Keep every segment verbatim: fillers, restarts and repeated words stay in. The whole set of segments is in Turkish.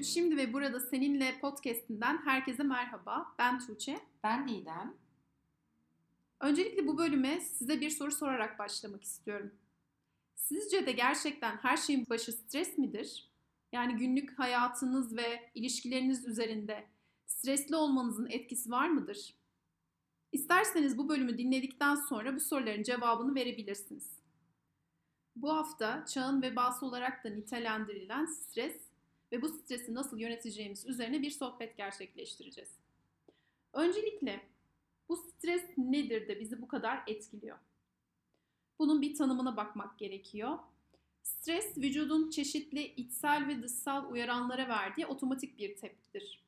Şimdi ve burada seninle podcast'inden herkese merhaba. Ben Tuğçe. Ben Didem. Öncelikle bu bölüme size bir soru sorarak başlamak istiyorum. Sizce de gerçekten her şeyin başı stres midir? Yani günlük hayatınız ve ilişkileriniz üzerinde stresli olmanızın etkisi var mıdır? İsterseniz bu bölümü dinledikten sonra bu soruların cevabını verebilirsiniz. Bu hafta çağın vebası olarak da nitelendirilen stres ve bu stresi nasıl yöneteceğimiz üzerine bir sohbet gerçekleştireceğiz. Öncelikle bu stres nedir de bizi bu kadar etkiliyor? Bunun bir tanımına bakmak gerekiyor. Stres, vücudun çeşitli içsel ve dışsal uyaranlara verdiği otomatik bir tepkidir.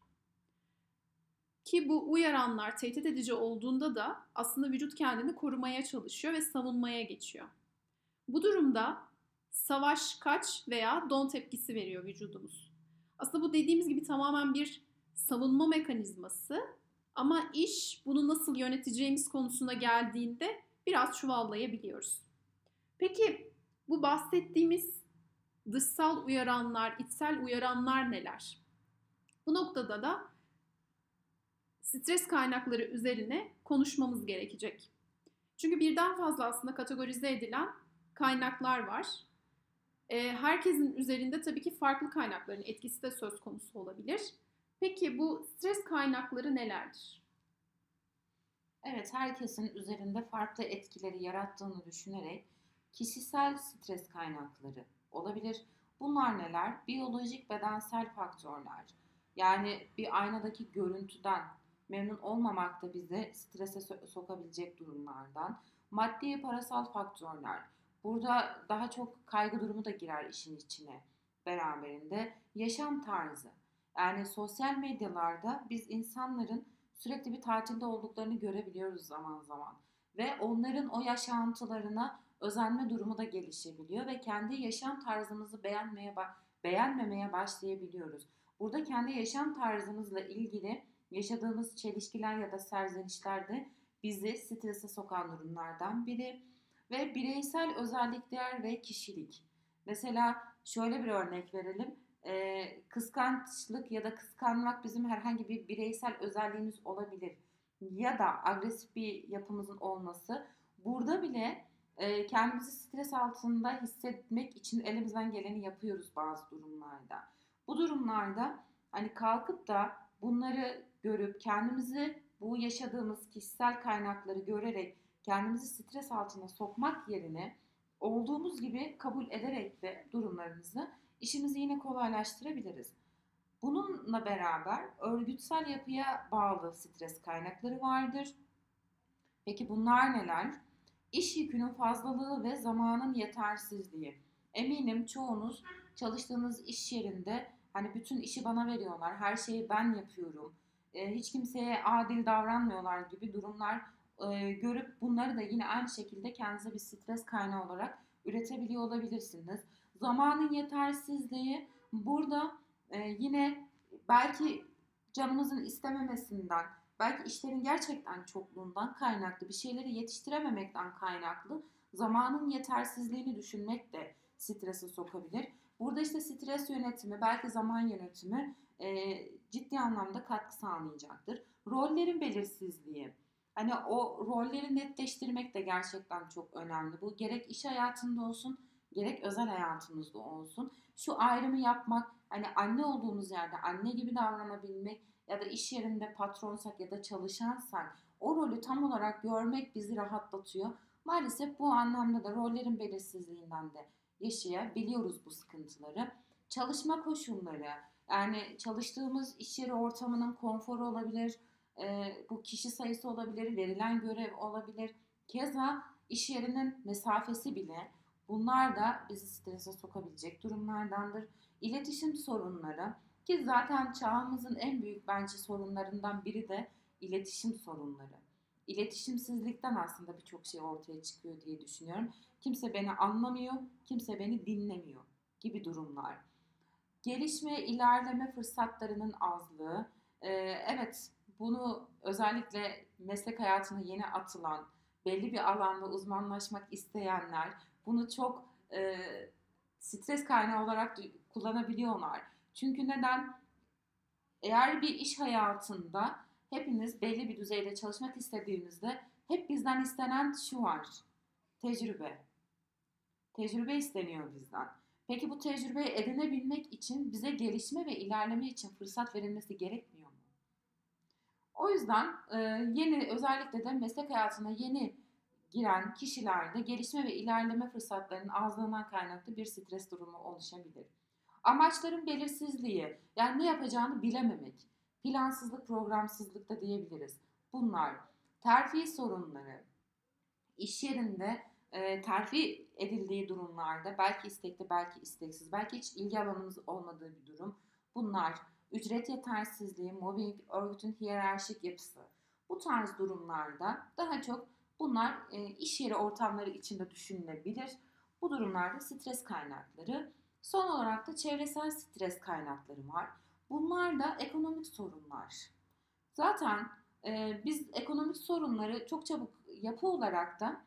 Ki bu uyaranlar tehdit edici olduğunda da aslında vücut kendini korumaya çalışıyor ve savunmaya geçiyor. Bu durumda savaş, kaç veya don tepkisi veriyor vücudumuz. Aslında bu dediğimiz gibi tamamen bir savunma mekanizması ama iş bunu nasıl yöneteceğimiz konusuna geldiğinde biraz çuvallayabiliyoruz. Peki bu bahsettiğimiz dışsal uyaranlar, içsel uyaranlar neler? Bu noktada da stres kaynakları üzerine konuşmamız gerekecek. Çünkü birden fazla aslında kategorize edilen kaynaklar var. Herkesin üzerinde tabii ki farklı kaynakların etkisi de söz konusu olabilir. Peki bu stres kaynakları nelerdir? Evet, herkesin üzerinde farklı etkileri yarattığını düşünerek kişisel stres kaynakları olabilir. Bunlar neler? Biyolojik bedensel faktörler. Yani bir aynadaki görüntüden memnun olmamak da bizi strese so- sokabilecek durumlardan. Maddi parasal faktörler. Burada daha çok kaygı durumu da girer işin içine beraberinde. Yaşam tarzı. Yani sosyal medyalarda biz insanların sürekli bir tatilde olduklarını görebiliyoruz zaman zaman. Ve onların o yaşantılarına özenme durumu da gelişebiliyor ve kendi yaşam tarzımızı beğenmeye beğenmemeye başlayabiliyoruz. Burada kendi yaşam tarzımızla ilgili yaşadığımız çelişkiler ya da serzenişler de bizi strese sokan durumlardan biri. Ve bireysel özellikler ve kişilik. Mesela şöyle bir örnek verelim. Ee, kıskançlık ya da kıskanmak bizim herhangi bir bireysel özelliğimiz olabilir. Ya da agresif bir yapımızın olması. Burada bile e, kendimizi stres altında hissetmek için elimizden geleni yapıyoruz bazı durumlarda. Bu durumlarda hani kalkıp da bunları görüp kendimizi bu yaşadığımız kişisel kaynakları görerek kendimizi stres altına sokmak yerine olduğumuz gibi kabul ederek de durumlarımızı işimizi yine kolaylaştırabiliriz. Bununla beraber örgütsel yapıya bağlı stres kaynakları vardır. Peki bunlar neler? İş yükünün fazlalığı ve zamanın yetersizliği. Eminim çoğunuz çalıştığınız iş yerinde hani bütün işi bana veriyorlar, her şeyi ben yapıyorum, hiç kimseye adil davranmıyorlar gibi durumlar e, görüp bunları da yine aynı şekilde kendinize bir stres kaynağı olarak üretebiliyor olabilirsiniz. Zamanın yetersizliği burada e, yine belki canımızın istememesinden, belki işlerin gerçekten çokluğundan kaynaklı, bir şeyleri yetiştirememekten kaynaklı zamanın yetersizliğini düşünmek de strese sokabilir. Burada işte stres yönetimi, belki zaman yönetimi e, ciddi anlamda katkı sağlayacaktır. Rollerin belirsizliği. Hani o rolleri netleştirmek de gerçekten çok önemli. Bu gerek iş hayatında olsun, gerek özel hayatınızda olsun. Şu ayrımı yapmak, hani anne olduğumuz yerde anne gibi davranabilmek ya da iş yerinde patronsak ya da çalışansak o rolü tam olarak görmek bizi rahatlatıyor. Maalesef bu anlamda da rollerin belirsizliğinden de yaşayabiliyoruz bu sıkıntıları. Çalışma koşulları, yani çalıştığımız iş yeri ortamının konforu olabilir, e, bu kişi sayısı olabilir, verilen görev olabilir. Keza iş yerinin mesafesi bile, bunlar da bizi strese sokabilecek durumlardandır. İletişim sorunları, ki zaten çağımızın en büyük bence sorunlarından biri de iletişim sorunları. İletişimsizlikten aslında birçok şey ortaya çıkıyor diye düşünüyorum. Kimse beni anlamıyor, kimse beni dinlemiyor gibi durumlar. Gelişme, ilerleme fırsatlarının azlığı. Ee, evet, bunu özellikle meslek hayatına yeni atılan, belli bir alanda uzmanlaşmak isteyenler bunu çok e, stres kaynağı olarak kullanabiliyorlar. Çünkü neden? Eğer bir iş hayatında hepiniz belli bir düzeyde çalışmak istediğinizde hep bizden istenen şu var. Tecrübe. Tecrübe isteniyor bizden. Peki bu tecrübeyi edinebilmek için bize gelişme ve ilerleme için fırsat verilmesi gerekmiyor mu? O yüzden e, yeni özellikle de meslek hayatına yeni giren kişilerde gelişme ve ilerleme fırsatlarının azlığından kaynaklı bir stres durumu oluşabilir. Amaçların belirsizliği, yani ne yapacağını bilememek, plansızlık, programsızlık da diyebiliriz. Bunlar terfi sorunları, iş yerinde e, terfi edildiği durumlarda belki istekli, belki isteksiz, belki hiç ilgi alanımız olmadığı bir durum. Bunlar ücret yetersizliği, mobbing, örgütün hiyerarşik yapısı. Bu tarz durumlarda daha çok bunlar e, iş yeri ortamları içinde düşünülebilir. Bu durumlarda stres kaynakları. Son olarak da çevresel stres kaynakları var. Bunlar da ekonomik sorunlar. Zaten e, biz ekonomik sorunları çok çabuk yapı olarak da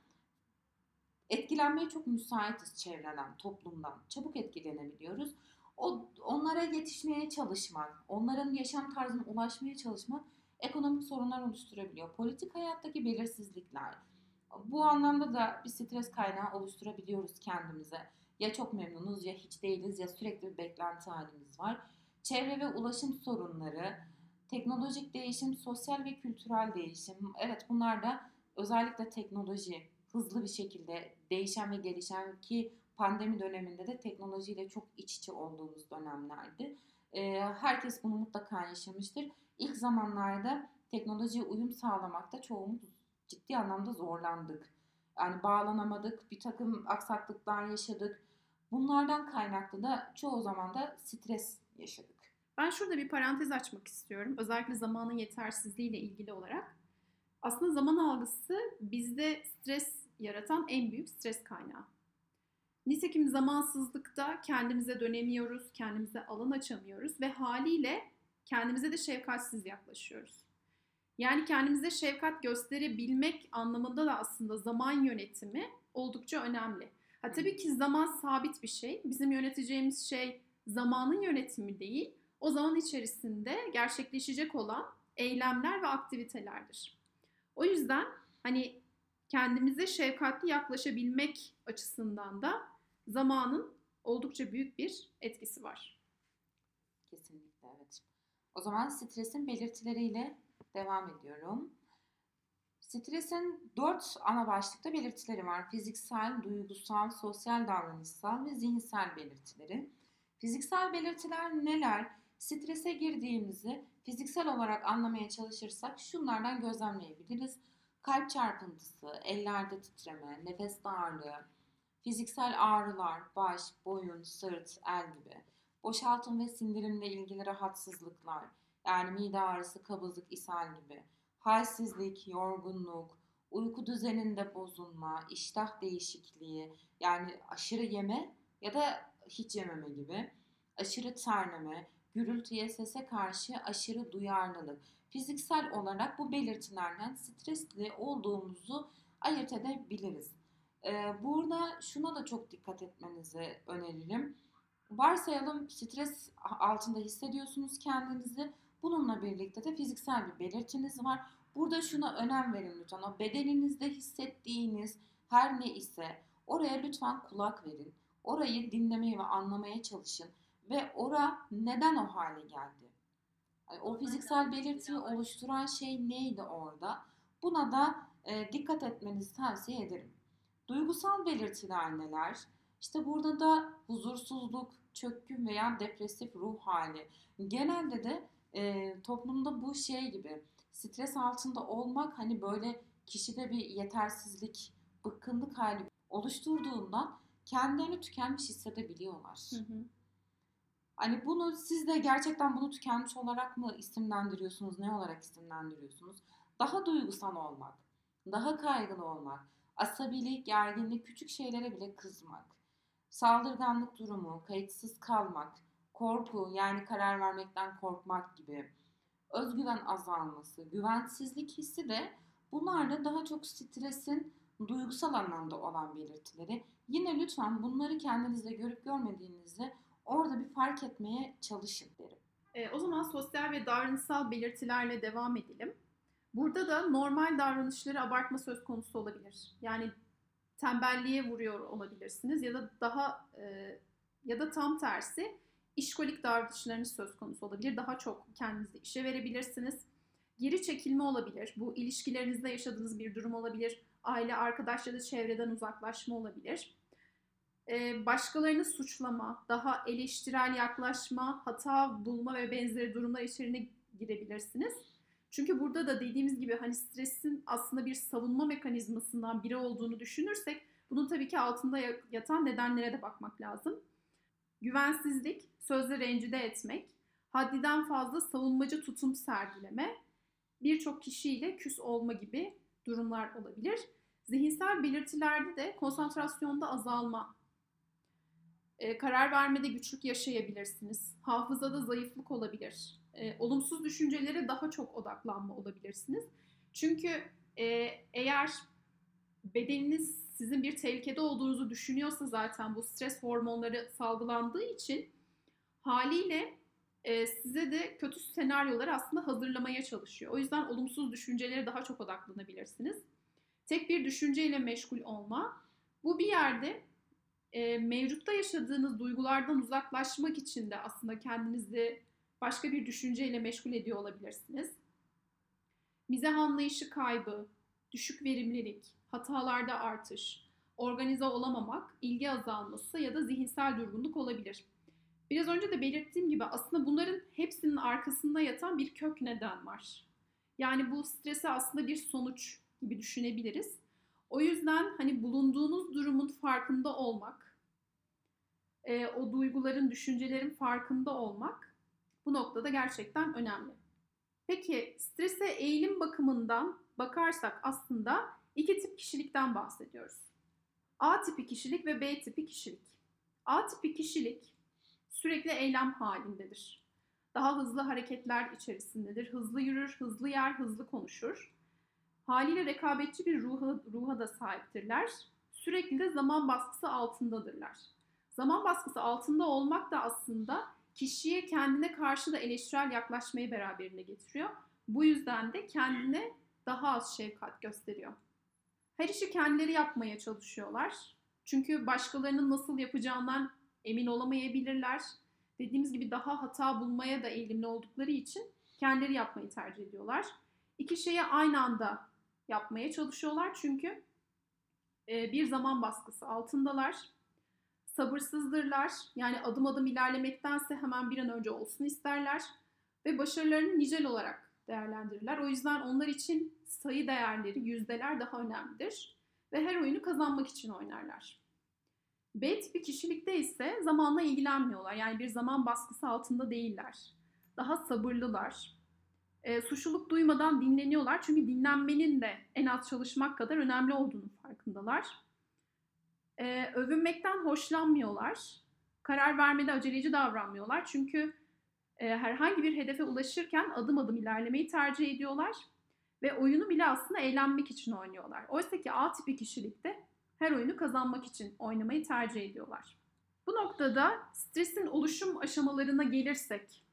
etkilenmeye çok müsaitiz çevreden, toplumdan. Çabuk etkilenebiliyoruz. O, onlara yetişmeye çalışmak, onların yaşam tarzına ulaşmaya çalışmak ekonomik sorunlar oluşturabiliyor. Politik hayattaki belirsizlikler. Bu anlamda da bir stres kaynağı oluşturabiliyoruz kendimize. Ya çok memnunuz ya hiç değiliz ya sürekli bir beklenti halimiz var. Çevre ve ulaşım sorunları, teknolojik değişim, sosyal ve kültürel değişim. Evet, bunlar da özellikle teknoloji hızlı bir şekilde değişen ve gelişen ki pandemi döneminde de teknolojiyle çok iç içe olduğumuz dönemlerdi. Ee, herkes bunu mutlaka yaşamıştır. İlk zamanlarda teknolojiye uyum sağlamakta çoğumuz ciddi anlamda zorlandık. Yani bağlanamadık, bir takım aksaklıklar yaşadık. Bunlardan kaynaklı da çoğu zaman da stres yaşadık. Ben şurada bir parantez açmak istiyorum. Özellikle zamanın yetersizliğiyle ilgili olarak. Aslında zaman algısı bizde stres yaratan en büyük stres kaynağı. Nitekim zamansızlıkta kendimize dönemiyoruz, kendimize alan açamıyoruz ve haliyle kendimize de şefkatsiz yaklaşıyoruz. Yani kendimize şefkat gösterebilmek anlamında da aslında zaman yönetimi oldukça önemli. Ha, tabii ki zaman sabit bir şey. Bizim yöneteceğimiz şey zamanın yönetimi değil, o zaman içerisinde gerçekleşecek olan eylemler ve aktivitelerdir. O yüzden hani kendimize şefkatli yaklaşabilmek açısından da zamanın oldukça büyük bir etkisi var. Kesinlikle evet. O zaman stresin belirtileriyle devam ediyorum. Stresin dört ana başlıkta belirtileri var. Fiziksel, duygusal, sosyal davranışsal ve zihinsel belirtileri. Fiziksel belirtiler neler? Strese girdiğimizi fiziksel olarak anlamaya çalışırsak şunlardan gözlemleyebiliriz. Kalp çarpıntısı, ellerde titreme, nefes darlığı, fiziksel ağrılar, baş, boyun, sırt, el gibi. Boşaltım ve sindirimle ilgili rahatsızlıklar, yani mide ağrısı, kabızlık, ishal gibi. Halsizlik, yorgunluk, uyku düzeninde bozulma, iştah değişikliği, yani aşırı yeme ya da hiç yememe gibi. Aşırı terleme, gürültüye, sese karşı aşırı duyarlılık. Fiziksel olarak bu belirtilerden stresli olduğumuzu ayırt edebiliriz. Ee, burada şuna da çok dikkat etmenizi öneririm. Varsayalım stres altında hissediyorsunuz kendinizi. Bununla birlikte de fiziksel bir belirtiniz var. Burada şuna önem verin lütfen. O bedeninizde hissettiğiniz her ne ise oraya lütfen kulak verin. Orayı dinlemeye ve anlamaya çalışın. Ve ora neden o hale geldi? Yani o fiziksel belirtiyi oluşturan şey neydi orada? Buna da e, dikkat etmenizi tavsiye ederim. Duygusal belirtiler neler? İşte burada da huzursuzluk, çökkün veya depresif ruh hali. Genelde de e, toplumda bu şey gibi stres altında olmak hani böyle kişide bir yetersizlik, bıkkınlık hali oluşturduğundan kendilerini tükenmiş hissedebiliyorlar. Hı hı. Hani bunu siz de gerçekten bunu tükenmiş olarak mı isimlendiriyorsunuz, ne olarak isimlendiriyorsunuz? Daha duygusal olmak, daha kaygılı olmak, asabilik, gerginlik, küçük şeylere bile kızmak, saldırganlık durumu, kayıtsız kalmak, korku yani karar vermekten korkmak gibi, özgüven azalması, güvensizlik hissi de bunlar da daha çok stresin duygusal anlamda olan belirtileri. Yine lütfen bunları kendinizde görüp görmediğinizde orada bir fark etmeye çalışın derim. E, o zaman sosyal ve davranışsal belirtilerle devam edelim. Burada da normal davranışları abartma söz konusu olabilir. Yani tembelliğe vuruyor olabilirsiniz ya da daha e, ya da tam tersi işkolik davranışlarınız söz konusu olabilir. Daha çok kendinizi işe verebilirsiniz. Geri çekilme olabilir. Bu ilişkilerinizde yaşadığınız bir durum olabilir. Aile, arkadaş ya da çevreden uzaklaşma olabilir. Ee, başkalarını suçlama, daha eleştirel yaklaşma, hata bulma ve benzeri durumlar içerisine girebilirsiniz. Çünkü burada da dediğimiz gibi hani stresin aslında bir savunma mekanizmasından biri olduğunu düşünürsek bunun tabii ki altında yatan nedenlere de bakmak lazım. Güvensizlik, sözle rencide etmek, haddiden fazla savunmacı tutum sergileme, birçok kişiyle küs olma gibi durumlar olabilir. Zihinsel belirtilerde de konsantrasyonda azalma, e, karar vermede güçlük yaşayabilirsiniz, hafızada zayıflık olabilir, e, olumsuz düşüncelere daha çok odaklanma olabilirsiniz. Çünkü e, eğer bedeniniz sizin bir tehlikede olduğunuzu düşünüyorsa zaten bu stres hormonları salgılandığı için haliyle e, size de kötü senaryoları aslında hazırlamaya çalışıyor. O yüzden olumsuz düşüncelere daha çok odaklanabilirsiniz. Tek bir düşünceyle meşgul olma. Bu bir yerde e, mevcutta yaşadığınız duygulardan uzaklaşmak için de aslında kendinizi başka bir düşünceyle meşgul ediyor olabilirsiniz. Mizah anlayışı kaybı, düşük verimlilik, hatalarda artış, organize olamamak, ilgi azalması ya da zihinsel durgunluk olabilir. Biraz önce de belirttiğim gibi aslında bunların hepsinin arkasında yatan bir kök neden var. Yani bu stresi aslında bir sonuç gibi düşünebiliriz. O yüzden hani bulunduğunuz durumun farkında olmak, e, o duyguların, düşüncelerin farkında olmak bu noktada gerçekten önemli. Peki strese eğilim bakımından bakarsak aslında iki tip kişilikten bahsediyoruz. A tipi kişilik ve B tipi kişilik. A tipi kişilik sürekli eylem halindedir. Daha hızlı hareketler içerisindedir. Hızlı yürür, hızlı yer, hızlı konuşur. Haliyle rekabetçi bir ruha, ruha da sahiptirler. Sürekli de zaman baskısı altındadırlar. Zaman baskısı altında olmak da aslında kişiye kendine karşı da eleştirel yaklaşmayı beraberinde getiriyor. Bu yüzden de kendine daha az şefkat gösteriyor. Her işi kendileri yapmaya çalışıyorlar. Çünkü başkalarının nasıl yapacağından emin olamayabilirler. Dediğimiz gibi daha hata bulmaya da eğilimli oldukları için kendileri yapmayı tercih ediyorlar. İki şeyi aynı anda yapmaya çalışıyorlar çünkü bir zaman baskısı altındalar. Sabırsızdırlar. Yani adım adım ilerlemektense hemen bir an önce olsun isterler. Ve başarılarını nicel olarak değerlendirirler. O yüzden onlar için sayı değerleri, yüzdeler daha önemlidir. Ve her oyunu kazanmak için oynarlar. B tipi kişilikte ise zamanla ilgilenmiyorlar. Yani bir zaman baskısı altında değiller. Daha sabırlılar. E, suçluluk duymadan dinleniyorlar. Çünkü dinlenmenin de en az çalışmak kadar önemli olduğunu farkındalar. E, övünmekten hoşlanmıyorlar. Karar vermede aceleci davranmıyorlar. Çünkü e, herhangi bir hedefe ulaşırken adım adım ilerlemeyi tercih ediyorlar. Ve oyunu bile aslında eğlenmek için oynuyorlar. Oysa ki A tipi kişilikte her oyunu kazanmak için oynamayı tercih ediyorlar. Bu noktada stresin oluşum aşamalarına gelirsek,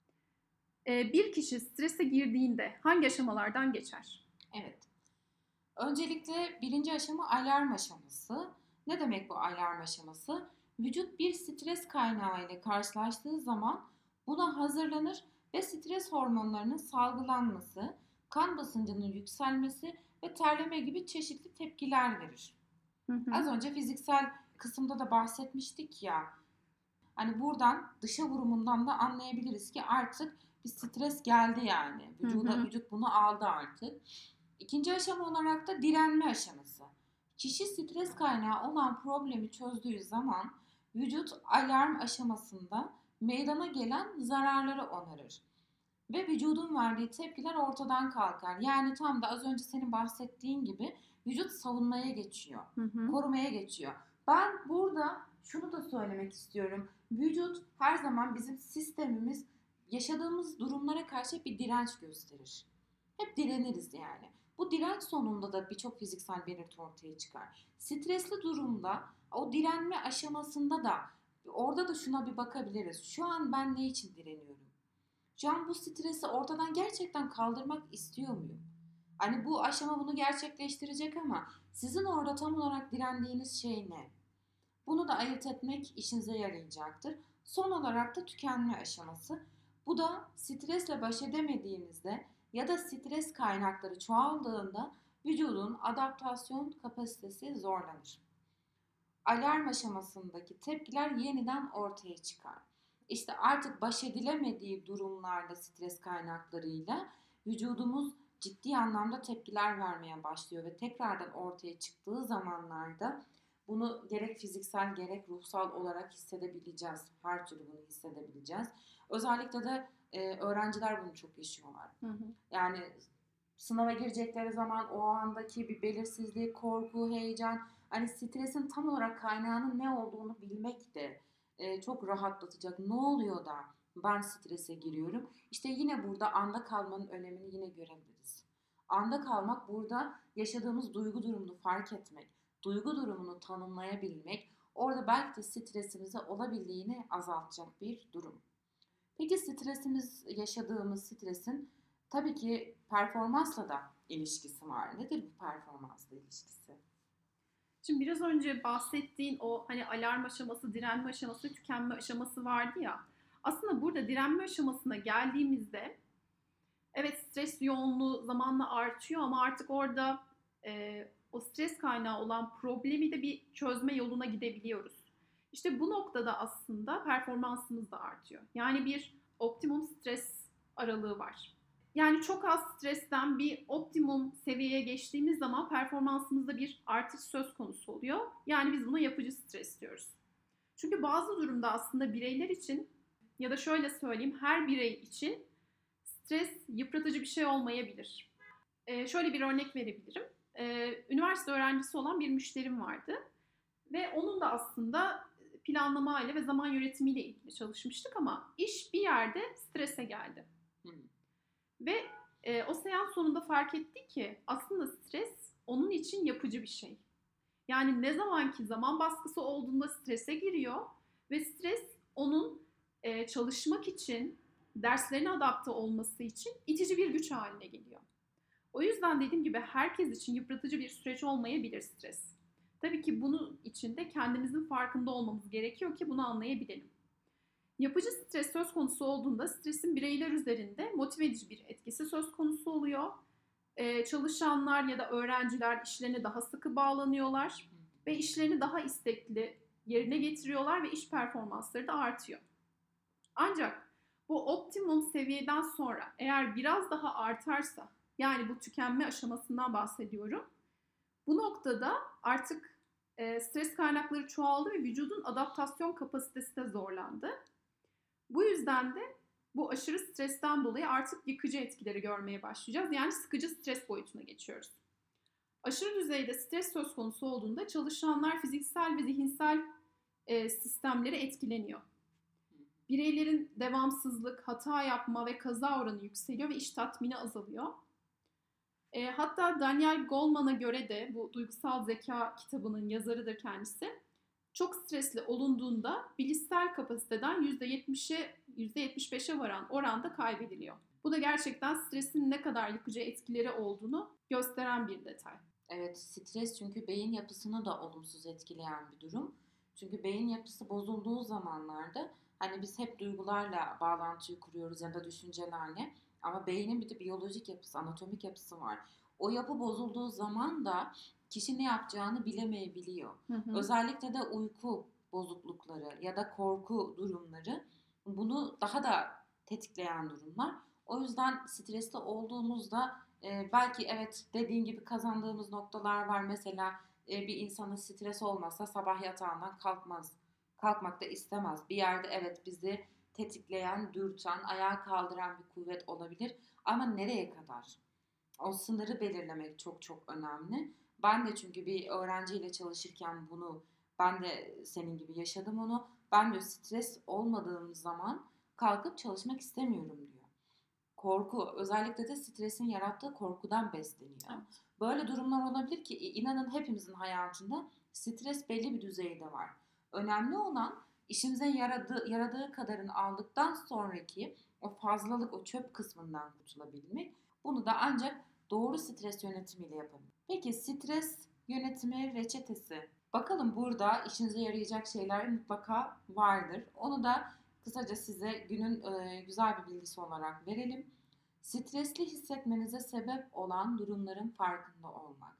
bir kişi strese girdiğinde hangi aşamalardan geçer? Evet. Öncelikle birinci aşama alarm aşaması. Ne demek bu alarm aşaması? Vücut bir stres kaynağı ile karşılaştığı zaman buna hazırlanır ve stres hormonlarının salgılanması, kan basıncının yükselmesi ve terleme gibi çeşitli tepkiler verir. Hı hı. Az önce fiziksel kısımda da bahsetmiştik ya. Hani buradan dışa vurumundan da anlayabiliriz ki artık bir stres geldi yani. Vücuda, hı hı. Vücut bunu aldı artık. İkinci aşama olarak da direnme aşaması. Kişi stres kaynağı olan problemi çözdüğü zaman vücut alarm aşamasında meydana gelen zararları onarır. Ve vücudun verdiği tepkiler ortadan kalkar. Yani tam da az önce senin bahsettiğin gibi vücut savunmaya geçiyor. Hı hı. Korumaya geçiyor. Ben burada şunu da söylemek istiyorum. Vücut her zaman bizim sistemimiz yaşadığımız durumlara karşı bir direnç gösterir. Hep direniriz yani. Bu direnç sonunda da birçok fiziksel belirti ortaya çıkar. Stresli durumda o direnme aşamasında da orada da şuna bir bakabiliriz. Şu an ben ne için direniyorum? Can bu stresi ortadan gerçekten kaldırmak istiyor muyum? Hani bu aşama bunu gerçekleştirecek ama sizin orada tam olarak direndiğiniz şey ne? Bunu da ayırt etmek işinize yarayacaktır. Son olarak da tükenme aşaması. Bu da stresle baş edemediğinizde ya da stres kaynakları çoğaldığında vücudun adaptasyon kapasitesi zorlanır. Alarm aşamasındaki tepkiler yeniden ortaya çıkar. İşte artık baş edilemediği durumlarda stres kaynaklarıyla vücudumuz ciddi anlamda tepkiler vermeye başlıyor ve tekrardan ortaya çıktığı zamanlarda bunu gerek fiziksel gerek ruhsal olarak hissedebileceğiz. Her türlü bunu hissedebileceğiz. Özellikle de e, öğrenciler bunu çok yaşıyorlar. Hı hı. Yani sınava girecekleri zaman o andaki bir belirsizlik, korku, heyecan, hani stresin tam olarak kaynağının ne olduğunu bilmek de e, çok rahatlatacak. Ne oluyor da ben strese giriyorum? İşte yine burada anda kalmanın önemini yine görebiliriz. Anda kalmak burada yaşadığımız duygu durumunu fark etmek, duygu durumunu tanımlayabilmek, orada belki de stresimizi olabildiğini azaltacak bir durum. Peki stresimiz, yaşadığımız stresin tabii ki performansla da ilişkisi var. Nedir bu performansla ilişkisi? Şimdi biraz önce bahsettiğin o hani alarm aşaması, direnme aşaması, tükenme aşaması vardı ya. Aslında burada direnme aşamasına geldiğimizde evet stres yoğunluğu zamanla artıyor ama artık orada e, o stres kaynağı olan problemi de bir çözme yoluna gidebiliyoruz. İşte bu noktada aslında performansımız da artıyor. Yani bir optimum stres aralığı var. Yani çok az stresten bir optimum seviyeye geçtiğimiz zaman performansımızda bir artış söz konusu oluyor. Yani biz buna yapıcı stres diyoruz. Çünkü bazı durumda aslında bireyler için ya da şöyle söyleyeyim her birey için stres yıpratıcı bir şey olmayabilir. Ee, şöyle bir örnek verebilirim. Ee, üniversite öğrencisi olan bir müşterim vardı. Ve onun da aslında planlamayla ve zaman yönetimiyle ilgili çalışmıştık ama iş bir yerde strese geldi. Hmm. Ve e, o seans sonunda fark etti ki aslında stres onun için yapıcı bir şey. Yani ne zamanki zaman baskısı olduğunda strese giriyor ve stres onun e, çalışmak için, derslerine adapte olması için itici bir güç haline geliyor. O yüzden dediğim gibi herkes için yıpratıcı bir süreç olmayabilir stres. Tabii ki bunun için de kendimizin farkında olmamız gerekiyor ki bunu anlayabilelim. Yapıcı stres söz konusu olduğunda stresin bireyler üzerinde motive edici bir etkisi söz konusu oluyor. Ee, çalışanlar ya da öğrenciler işlerine daha sıkı bağlanıyorlar ve işlerini daha istekli yerine getiriyorlar ve iş performansları da artıyor. Ancak bu optimum seviyeden sonra eğer biraz daha artarsa, yani bu tükenme aşamasından bahsediyorum. Bu noktada artık e, stres kaynakları çoğaldı ve vücudun adaptasyon kapasitesi de zorlandı. Bu yüzden de bu aşırı stresten dolayı artık yıkıcı etkileri görmeye başlayacağız. Yani sıkıcı stres boyutuna geçiyoruz. Aşırı düzeyde stres söz konusu olduğunda çalışanlar fiziksel ve zihinsel e, sistemleri etkileniyor. Bireylerin devamsızlık, hata yapma ve kaza oranı yükseliyor ve iş tatmini azalıyor. E, hatta Daniel Goleman'a göre de bu duygusal zeka kitabının yazarıdır kendisi. Çok stresli olunduğunda bilişsel kapasiteden yüzde yetmişe, yüzde yetmiş beşe varan oranda kaybediliyor. Bu da gerçekten stresin ne kadar yıkıcı etkileri olduğunu gösteren bir detay. Evet, stres çünkü beyin yapısını da olumsuz etkileyen bir durum. Çünkü beyin yapısı bozulduğu zamanlarda hani biz hep duygularla bağlantıyı kuruyoruz ya da düşüncelerle. Ama beynin bir de biyolojik yapısı, anatomik yapısı var. O yapı bozulduğu zaman da kişi ne yapacağını bilemeyebiliyor. Hı hı. Özellikle de uyku bozuklukları ya da korku durumları bunu daha da tetikleyen durumlar. O yüzden stresli olduğumuzda e, belki evet dediğin gibi kazandığımız noktalar var. Mesela e, bir insanın stres olmasa sabah yatağından kalkmaz. Kalkmak da istemez. Bir yerde evet bizi tetikleyen, dürten, ayağa kaldıran bir kuvvet olabilir. Ama nereye kadar? O sınırı belirlemek çok çok önemli. Ben de çünkü bir öğrenciyle çalışırken bunu, ben de senin gibi yaşadım onu. Ben de stres olmadığım zaman kalkıp çalışmak istemiyorum diyor. Korku, özellikle de stresin yarattığı korkudan besleniyor. Evet. Böyle durumlar olabilir ki inanın hepimizin hayatında stres belli bir düzeyde var. Önemli olan işimize yaradığı, yaradığı kadarını aldıktan sonraki o fazlalık, o çöp kısmından kurtulabilmek. Bunu da ancak doğru stres yönetimiyle yapalım. Peki stres yönetimi reçetesi. Bakalım burada işinize yarayacak şeyler mutlaka vardır. Onu da kısaca size günün e, güzel bir bilgisi olarak verelim. Stresli hissetmenize sebep olan durumların farkında olmak.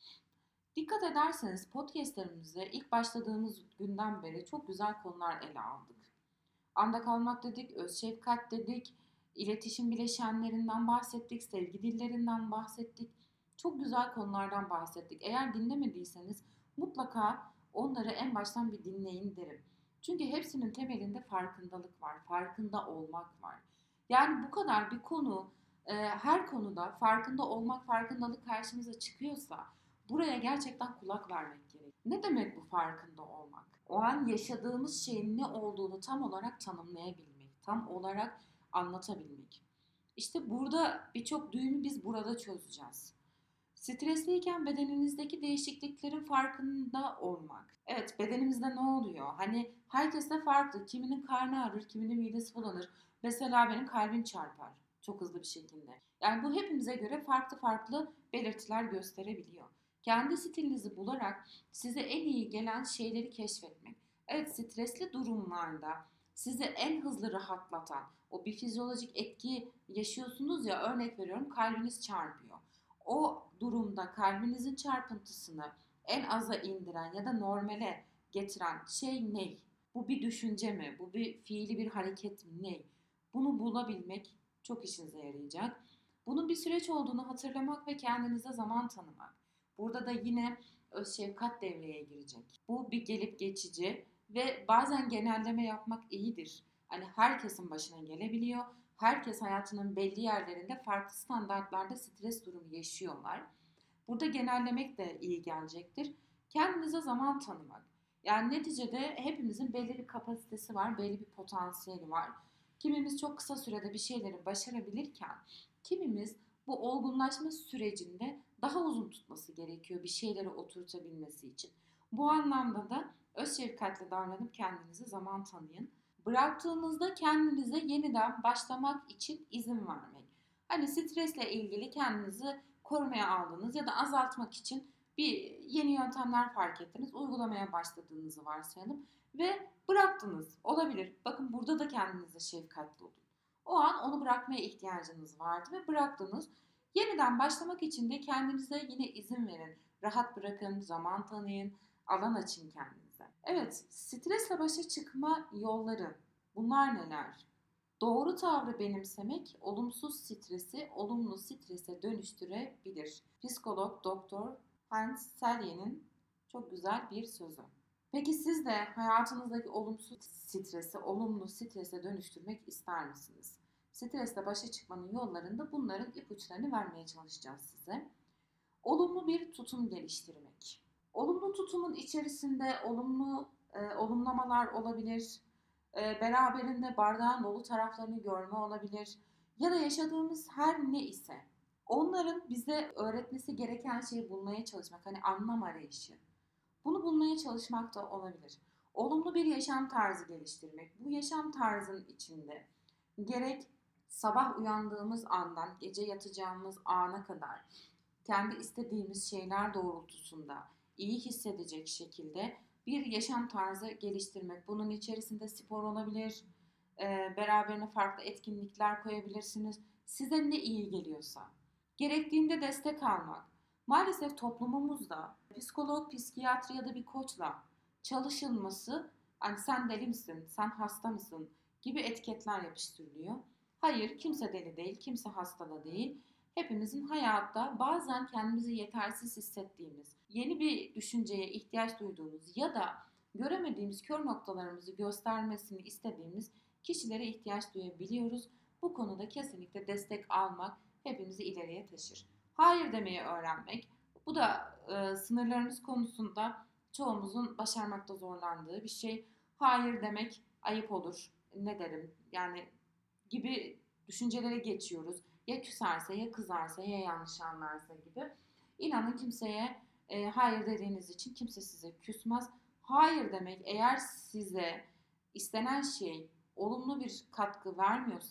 Dikkat ederseniz podcastlerimize ilk başladığımız günden beri çok güzel konular ele aldık. Anda kalmak dedik, öz şefkat dedik, iletişim bileşenlerinden bahsettik, sevgi dillerinden bahsettik. Çok güzel konulardan bahsettik. Eğer dinlemediyseniz mutlaka onları en baştan bir dinleyin derim. Çünkü hepsinin temelinde farkındalık var, farkında olmak var. Yani bu kadar bir konu, e, her konuda farkında olmak, farkındalık karşımıza çıkıyorsa buraya gerçekten kulak vermek gerekiyor. Ne demek bu farkında olmak? O an yaşadığımız şeyin ne olduğunu tam olarak tanımlayabilmek, tam olarak anlatabilmek. İşte burada birçok düğümü biz burada çözeceğiz. Stresliyken bedeninizdeki değişikliklerin farkında olmak. Evet, bedenimizde ne oluyor? Hani herkes de farklı. Kiminin karnı ağrır, kiminin midesi bulanır. Mesela benim kalbim çarpar çok hızlı bir şekilde. Yani bu hepimize göre farklı farklı belirtiler gösterebiliyor. Kendi stilinizi bularak size en iyi gelen şeyleri keşfetmek. Evet, stresli durumlarda sizi en hızlı rahatlatan o bir fizyolojik etki yaşıyorsunuz ya, örnek veriyorum, kalbiniz çarpıyor. O durumda kalbinizin çarpıntısını en aza indiren ya da normale getiren şey ne? Bu bir düşünce mi? Bu bir fiili bir hareket mi? Ne? Bunu bulabilmek çok işinize yarayacak. Bunun bir süreç olduğunu hatırlamak ve kendinize zaman tanımak. Burada da yine öz şefkat devreye girecek. Bu bir gelip geçici ve bazen genelleme yapmak iyidir. Hani herkesin başına gelebiliyor. Herkes hayatının belli yerlerinde farklı standartlarda stres durumu yaşıyorlar. Burada genellemek de iyi gelecektir. Kendinize zaman tanımak. Yani neticede hepimizin belli bir kapasitesi var, belli bir potansiyeli var. Kimimiz çok kısa sürede bir şeyleri başarabilirken, kimimiz bu olgunlaşma sürecinde daha uzun tutması gerekiyor bir şeyleri oturtabilmesi için. Bu anlamda da öz şefkatle davranıp kendinize zaman tanıyın. Bıraktığınızda kendinize yeniden başlamak için izin vermek. Hani stresle ilgili kendinizi korumaya aldığınız ya da azaltmak için bir yeni yöntemler fark ettiniz, uygulamaya başladığınızı varsayalım ve bıraktınız. Olabilir. Bakın, burada da kendinize şefkatli olun. O an onu bırakmaya ihtiyacınız vardı ve bıraktınız. Yeniden başlamak için de kendinize yine izin verin. Rahat bırakın, zaman tanıyın, alan açın kendinize. Evet, stresle başa çıkma yolları. Bunlar neler? Doğru tavrı benimsemek olumsuz stresi olumlu strese dönüştürebilir. Psikolog Doktor Hans Selye'nin çok güzel bir sözü. Peki siz de hayatınızdaki olumsuz stresi olumlu strese dönüştürmek ister misiniz? Stresle başa çıkmanın yollarında bunların ipuçlarını vermeye çalışacağız size. Olumlu bir tutum geliştirmek. Olumlu tutumun içerisinde olumlu e, olumlamalar olabilir, e, beraberinde bardağın dolu taraflarını görme olabilir ya da yaşadığımız her ne ise onların bize öğretmesi gereken şeyi bulmaya çalışmak, hani anlam arayışı. Bunu bulmaya çalışmak da olabilir. Olumlu bir yaşam tarzı geliştirmek. Bu yaşam tarzının içinde gerek sabah uyandığımız andan gece yatacağımız ana kadar kendi istediğimiz şeyler doğrultusunda iyi hissedecek şekilde bir yaşam tarzı geliştirmek. Bunun içerisinde spor olabilir, e, beraberine farklı etkinlikler koyabilirsiniz. Size ne iyi geliyorsa. Gerektiğinde destek almak. Maalesef toplumumuzda psikolog, psikiyatri ya da bir koçla çalışılması, hani sen deli misin, sen hasta mısın gibi etiketler yapıştırılıyor. Hayır, kimse deli değil, kimse hasta da değil. Hepimizin hayatta bazen kendimizi yetersiz hissettiğimiz, yeni bir düşünceye ihtiyaç duyduğumuz ya da göremediğimiz kör noktalarımızı göstermesini istediğimiz kişilere ihtiyaç duyabiliyoruz. Bu konuda kesinlikle destek almak hepimizi ileriye taşır. Hayır demeyi öğrenmek, bu da e, sınırlarımız konusunda çoğumuzun başarmakta zorlandığı bir şey. Hayır demek ayıp olur, ne derim yani gibi düşüncelere geçiyoruz. Ya küserse, ya kızarsa, ya yanlış anlarsa gibi. İnanın kimseye e, hayır dediğiniz için kimse size küsmez. Hayır demek, eğer size istenen şey olumlu bir katkı vermiyorsa,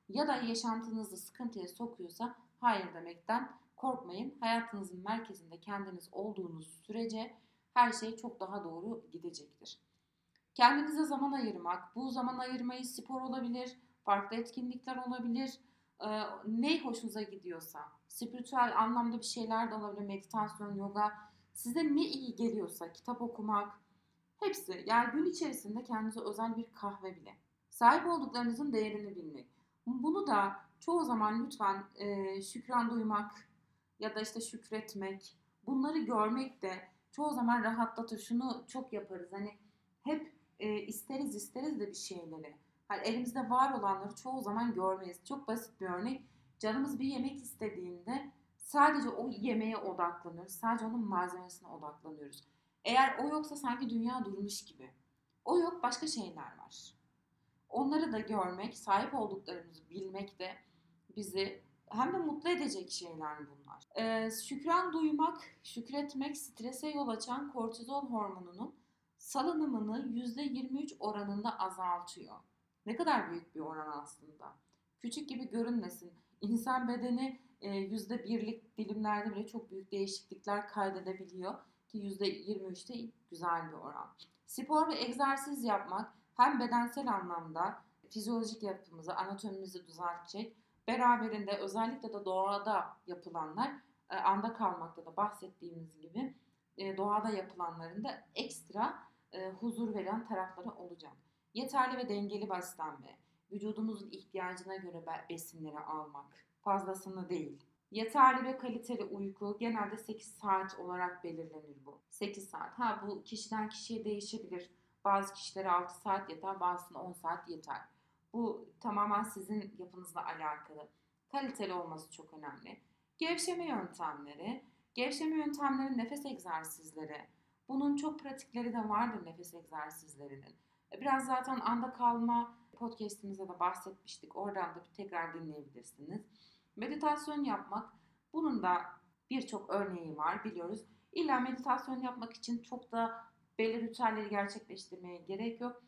ya da yaşantınızı sıkıntıya sokuyorsa hayır demekten korkmayın. Hayatınızın merkezinde kendiniz olduğunuz sürece her şey çok daha doğru gidecektir. Kendinize zaman ayırmak, bu zaman ayırmayı spor olabilir, farklı etkinlikler olabilir, ee, ne hoşunuza gidiyorsa, spiritüel anlamda bir şeyler de olabilir, meditasyon, yoga, size ne iyi geliyorsa, kitap okumak, hepsi. Yani gün içerisinde kendinize özel bir kahve bile. Sahip olduklarınızın değerini bilmek. Bunu da çoğu zaman lütfen e, şükran duymak ya da işte şükretmek, bunları görmek de çoğu zaman rahatlatır. Şunu çok yaparız. Hani hep e, isteriz isteriz de bir şeyleri. Hani elimizde var olanları çoğu zaman görmeyiz. Çok basit bir örnek. Canımız bir yemek istediğinde sadece o yemeğe odaklanıyoruz. Sadece onun malzemesine odaklanıyoruz. Eğer o yoksa sanki dünya durmuş gibi. O yok, başka şeyler var. Onları da görmek, sahip olduklarımızı bilmek de bizi hem de mutlu edecek şeyler bunlar. Ee, şükran duymak, şükretmek strese yol açan kortizol hormonunun salınımını yüzde yirmi üç oranında azaltıyor. Ne kadar büyük bir oran aslında. Küçük gibi görünmesin. İnsan bedeni e, yüzde birlik dilimlerde bile çok büyük değişiklikler kaydedebiliyor. Ki yüzde yirmi üç de güzel bir oran. Spor ve egzersiz yapmak hem bedensel anlamda fizyolojik yapımızı, anatomimizi düzeltecek, beraberinde özellikle de doğada yapılanlar, e, anda kalmakta da bahsettiğimiz gibi e, doğada yapılanların da ekstra e, huzur veren tarafları olacak. Yeterli ve dengeli beslenme, vücudumuzun ihtiyacına göre besinleri almak, fazlasını değil. Yeterli ve kaliteli uyku, genelde sekiz saat olarak belirlenir bu. sekiz saat. Ha, bu kişiden kişiye değişebilir. Bazı kişilere altı saat yeter, bazısına on saat yeter. Bu tamamen sizin yapınızla alakalı. Kaliteli olması çok önemli. Gevşeme yöntemleri. Gevşeme yöntemleri, nefes egzersizleri. Bunun çok pratikleri de vardır nefes egzersizlerinin. Biraz zaten anda kalma podcastimizde de bahsetmiştik. Oradan da bir tekrar dinleyebilirsiniz. Meditasyon yapmak. Bunun da birçok örneği var, biliyoruz. İlla meditasyon yapmak için çok da belli ritüelleri gerçekleştirmeye gerek yok.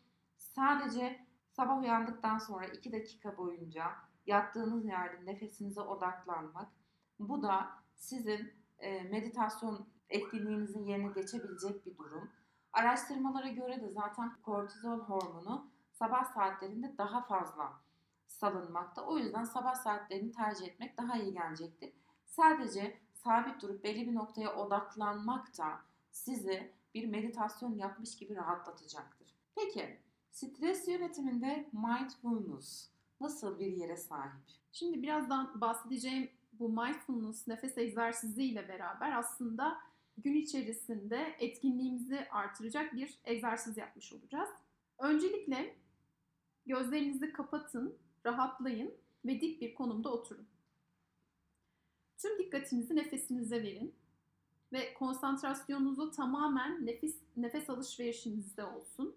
Sadece sabah uyandıktan sonra iki dakika boyunca yattığınız yerde nefesinize odaklanmak. Bu da sizin e, meditasyon etkinliğinizin yerine geçebilecek bir durum. Araştırmalara göre de zaten kortizol hormonu sabah saatlerinde daha fazla salınmakta. O yüzden sabah saatlerini tercih etmek daha iyi gelecektir. Sadece sabit durup belli bir noktaya odaklanmak da sizi bir meditasyon yapmış gibi rahatlatacaktır. Peki, stres yönetiminde mindfulness nasıl bir yere sahip? Şimdi birazdan bahsedeceğim bu mindfulness nefes egzersizi ile beraber aslında gün içerisinde etkinliğimizi artıracak bir egzersiz yapmış olacağız. Öncelikle gözlerinizi kapatın, rahatlayın ve dik bir konumda oturun. Tüm dikkatinizi nefesinize verin ve konsantrasyonunuzu tamamen nefes, nefes alışverişinizde olsun.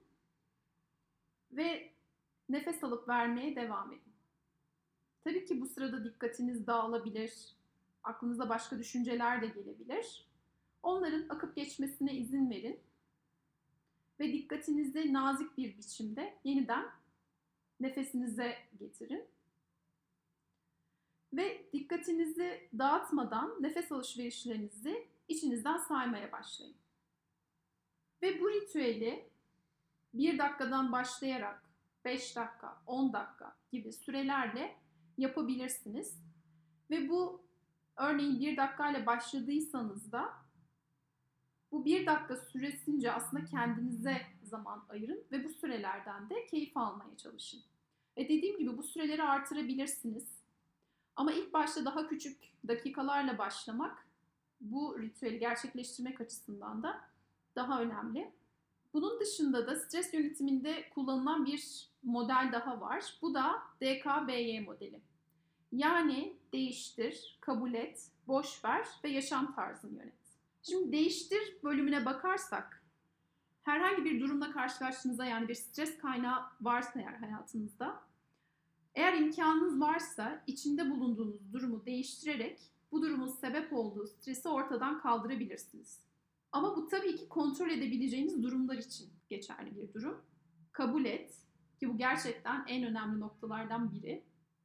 Ve nefes alıp vermeye devam edin. Tabii ki bu sırada dikkatiniz dağılabilir, aklınıza başka düşünceler de gelebilir. Onların akıp geçmesine izin verin ve dikkatinizi nazik bir biçimde yeniden nefesinize getirin. Ve dikkatinizi dağıtmadan nefes alışverişlerinizi içinizden saymaya başlayın. Ve bu ritüeli bir dakikadan başlayarak beş dakika, on dakika gibi sürelerle yapabilirsiniz. Ve bu örneğin bir dakikayla başladıysanız da bu bir dakika süresince aslında kendinize zaman ayırın ve bu sürelerden de keyif almaya çalışın. Ve dediğim gibi bu süreleri artırabilirsiniz. Ama ilk başta daha küçük dakikalarla başlamak bu ritüeli gerçekleştirmek açısından da daha önemli. Bunun dışında da stres yönetiminde kullanılan bir model daha var. Bu da D K B Y modeli. Yani değiştir, kabul et, boş ver ve yaşam tarzını yönet. Şimdi değiştir bölümüne bakarsak, herhangi bir durumla karşılaştığınızda, yani bir stres kaynağı varsa eğer hayatınızda, eğer imkanınız varsa içinde bulunduğunuz durumu değiştirerek bu durumun sebep olduğu stresi ortadan kaldırabilirsiniz. Ama bu tabii ki kontrol edebileceğiniz durumlar için geçerli bir durum. Kabul et, ki bu gerçekten en önemli noktalardan biri.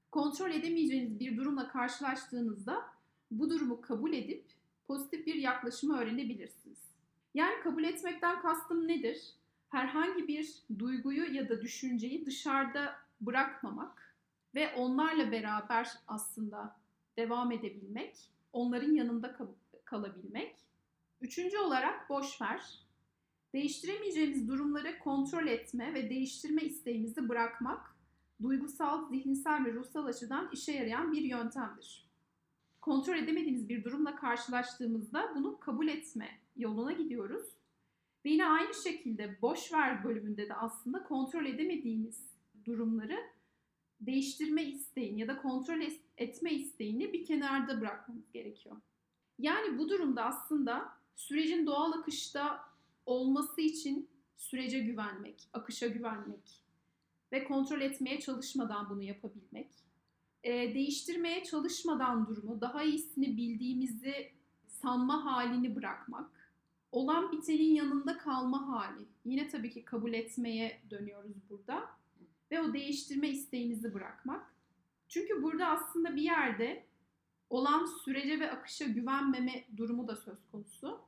Kontrol edemeyeceğiniz bir durumla karşılaştığınızda bu durumu kabul edip pozitif bir yaklaşımı öğrenebilirsiniz. Yani kabul etmekten kastım nedir? Herhangi bir duyguyu ya da düşünceyi dışarıda bırakmamak ve onlarla beraber aslında devam edebilmek, onların yanında kalabilmek. Üçüncü olarak boş ver. Değiştiremeyeceğimiz durumları kontrol etme ve değiştirme isteğimizi bırakmak, duygusal, zihinsel ve ruhsal açıdan işe yarayan bir yöntemdir. Kontrol edemediğimiz bir durumla karşılaştığımızda bunu kabul etme yoluna gidiyoruz. Ve yine aynı şekilde boş ver bölümünde de aslında kontrol edemediğimiz durumları değiştirme isteğini ya da kontrol etme isteğini bir kenarda bırakmamız gerekiyor. Yani bu durumda aslında sürecin doğal akışta olması için sürece güvenmek, akışa güvenmek ve kontrol etmeye çalışmadan bunu yapabilmek, e, değiştirmeye çalışmadan durumu, daha iyisini bildiğimizi sanma halini bırakmak, olan bitenin yanında kalma hali. Yine tabii ki kabul etmeye dönüyoruz burada ve o değiştirme isteğinizi bırakmak. Çünkü burada aslında bir yerde olan sürece ve akışa güvenmeme durumu da söz konusu.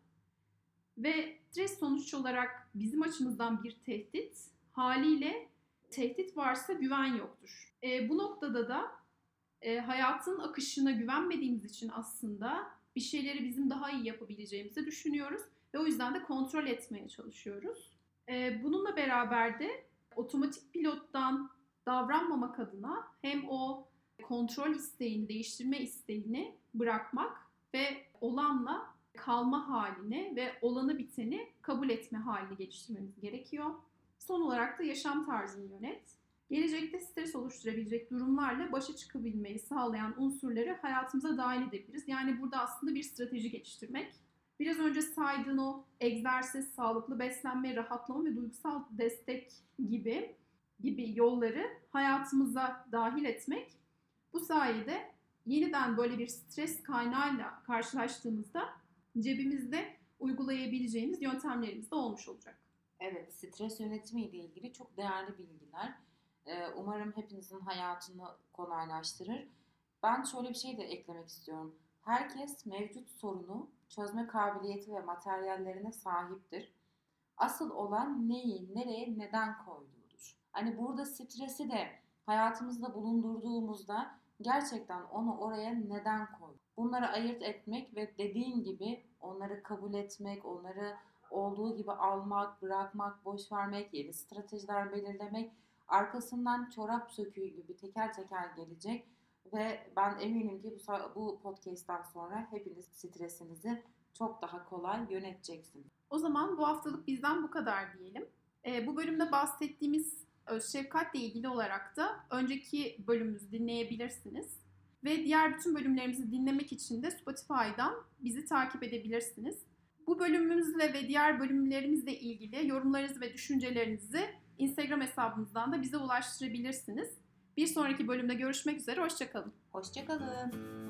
Ve stres sonuç olarak bizim açımızdan bir tehdit. Haliyle tehdit varsa güven yoktur. E, bu noktada da e, hayatın akışına güvenmediğimiz için aslında bir şeyleri bizim daha iyi yapabileceğimizi düşünüyoruz. Ve o yüzden de kontrol etmeye çalışıyoruz. E, bununla beraber de otomatik pilottan davranmamak adına hem o kontrol isteğini, değiştirme isteğini bırakmak ve olanla kalma haline ve olanı biteni kabul etme halini geliştirmemiz gerekiyor. Son olarak da yaşam tarzını yönet. Gelecekte stres oluşturabilecek durumlarla başa çıkabilmeyi sağlayan unsurları hayatımıza dahil edebiliriz. Yani burada aslında bir strateji geliştirmek. Biraz önce saydığın o egzersiz, sağlıklı beslenme, rahatlama ve duygusal destek gibi gibi yolları hayatımıza dahil etmek. Bu sayede yeniden böyle bir stres kaynağıyla karşılaştığımızda cebimizde uygulayabileceğimiz yöntemlerimiz de olmuş olacak. Evet, stres yönetimi ile ilgili çok değerli bilgiler. Umarım hepinizin hayatını kolaylaştırır. Ben şöyle bir şey de eklemek istiyorum. Herkes mevcut sorunu çözme kabiliyeti ve materyallerine sahiptir. Asıl olan neyi, nereye, neden koyduğudur. Hani burada stresi de hayatımızda bulundurduğumuzda gerçekten onu oraya neden koy. Bunları ayırt etmek ve dediğin gibi onları kabul etmek, onları olduğu gibi almak, bırakmak, boş vermek, yeni stratejiler belirlemek, arkasından çorap söküğü gibi teker teker gelecek ve ben eminim ki bu, bu podcast'tan sonra hepiniz stresinizi çok daha kolay yöneteceksiniz. O zaman bu haftalık bizden bu kadar diyelim. E, bu bölümde bahsettiğimiz öz şefkatle ilgili olarak da önceki bölümümüzü dinleyebilirsiniz. Ve diğer bütün bölümlerimizi dinlemek için de Spotify'dan bizi takip edebilirsiniz. Bu bölümümüzle ve diğer bölümlerimizle ilgili yorumlarınızı ve düşüncelerinizi Instagram hesabımızdan da bize ulaştırabilirsiniz. Bir sonraki bölümde görüşmek üzere, hoşça kalın. Hoşça kalın.